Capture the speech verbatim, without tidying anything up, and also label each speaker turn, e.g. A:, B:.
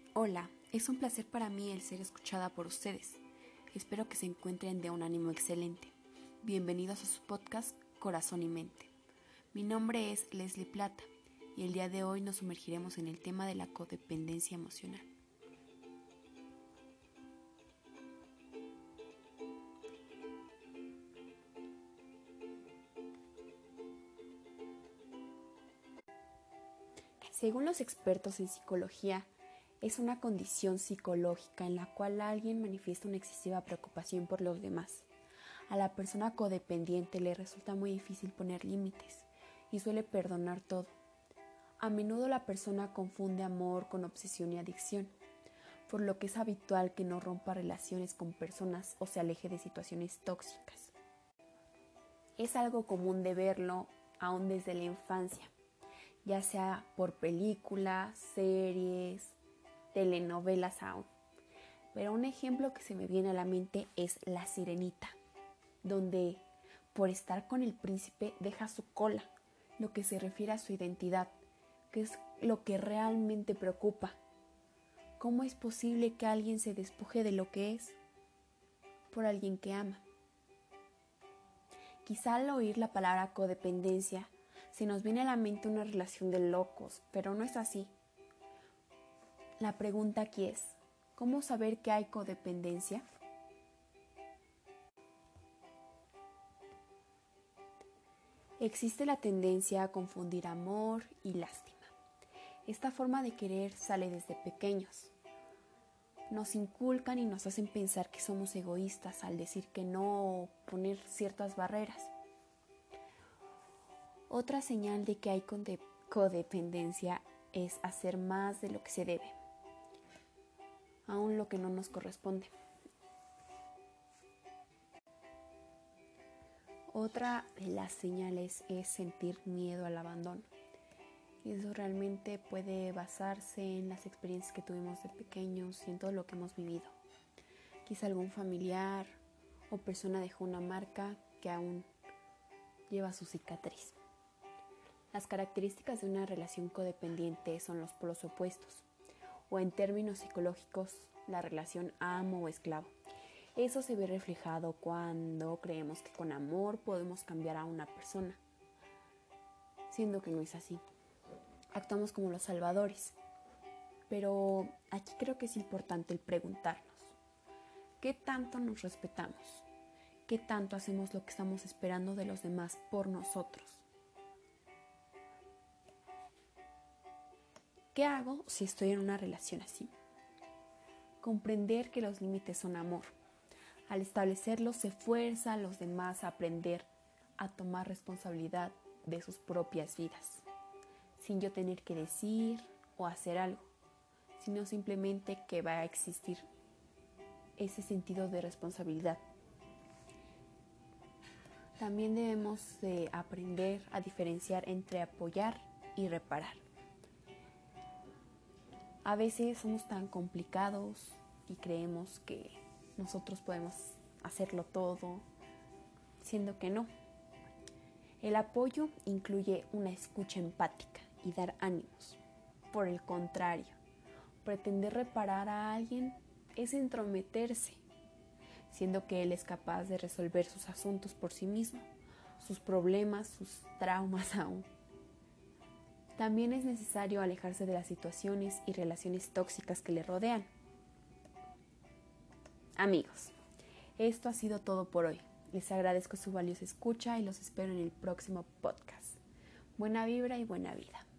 A: Hola, es un placer para mí el ser escuchada por ustedes. Espero que se encuentren de un ánimo excelente. Bienvenidos a su podcast Corazón y Mente. Mi nombre es Leslie Plata y el día de hoy nos sumergiremos en el tema de la codependencia emocional. Según los expertos en psicología, es una condición psicológica en la cual alguien manifiesta una excesiva preocupación por los demás. A la persona codependiente le resulta muy difícil poner límites y suele perdonar todo. A menudo la persona confunde amor con obsesión y adicción, por lo que es habitual que no rompa relaciones con personas o se aleje de situaciones tóxicas. Es algo común de verlo aún desde la infancia, ya sea por películas, series, telenovelas aún. Pero un ejemplo que se me viene a la mente es La Sirenita, donde por estar con el príncipe deja su cola, lo que se refiere a su identidad, que es lo que realmente preocupa. ¿Cómo es posible que alguien se despoje de lo que es por alguien que ama? Quizá al oír la palabra codependencia se nos viene a la mente una relación de locos, pero no es así. La pregunta aquí es, ¿cómo saber que hay codependencia? Existe la tendencia a confundir amor y lástima. Esta forma de querer sale desde pequeños. Nos inculcan y nos hacen pensar que somos egoístas al decir que no o poner ciertas barreras. Otra señal de que hay codependencia es hacer más de lo que se debe, aún lo que no nos corresponde. Otra de las señales es sentir miedo al abandono. Y eso realmente puede basarse en las experiencias que tuvimos de pequeños y en todo lo que hemos vivido. Quizá algún familiar o persona dejó una marca que aún lleva su cicatriz. Las características de una relación codependiente son los polos opuestos, o en términos psicológicos, la relación amo o esclavo. Eso se ve reflejado cuando creemos que con amor podemos cambiar a una persona, siendo que no es así. Actuamos como los salvadores, pero aquí creo que es importante el preguntarnos, ¿qué tanto nos respetamos? ¿Qué tanto hacemos lo que estamos esperando de los demás por nosotros? ¿Qué hago si estoy en una relación así? Comprender que los límites son amor. Al establecerlos se fuerza a los demás a aprender a tomar responsabilidad de sus propias vidas, sin yo tener que decir o hacer algo, sino simplemente que va a existir ese sentido de responsabilidad. También debemos de aprender a diferenciar entre apoyar y reparar. A veces somos tan complicados y creemos que nosotros podemos hacerlo todo, siendo que no. El apoyo incluye una escucha empática y dar ánimos. Por el contrario, pretender reparar a alguien es entrometerse, siendo que él es capaz de resolver sus asuntos por sí mismo, sus problemas, sus traumas aún. También es necesario alejarse de las situaciones y relaciones tóxicas que le rodean. Amigos, esto ha sido todo por hoy. Les agradezco su valiosa escucha y los espero en el próximo podcast. Buena vibra y buena vida.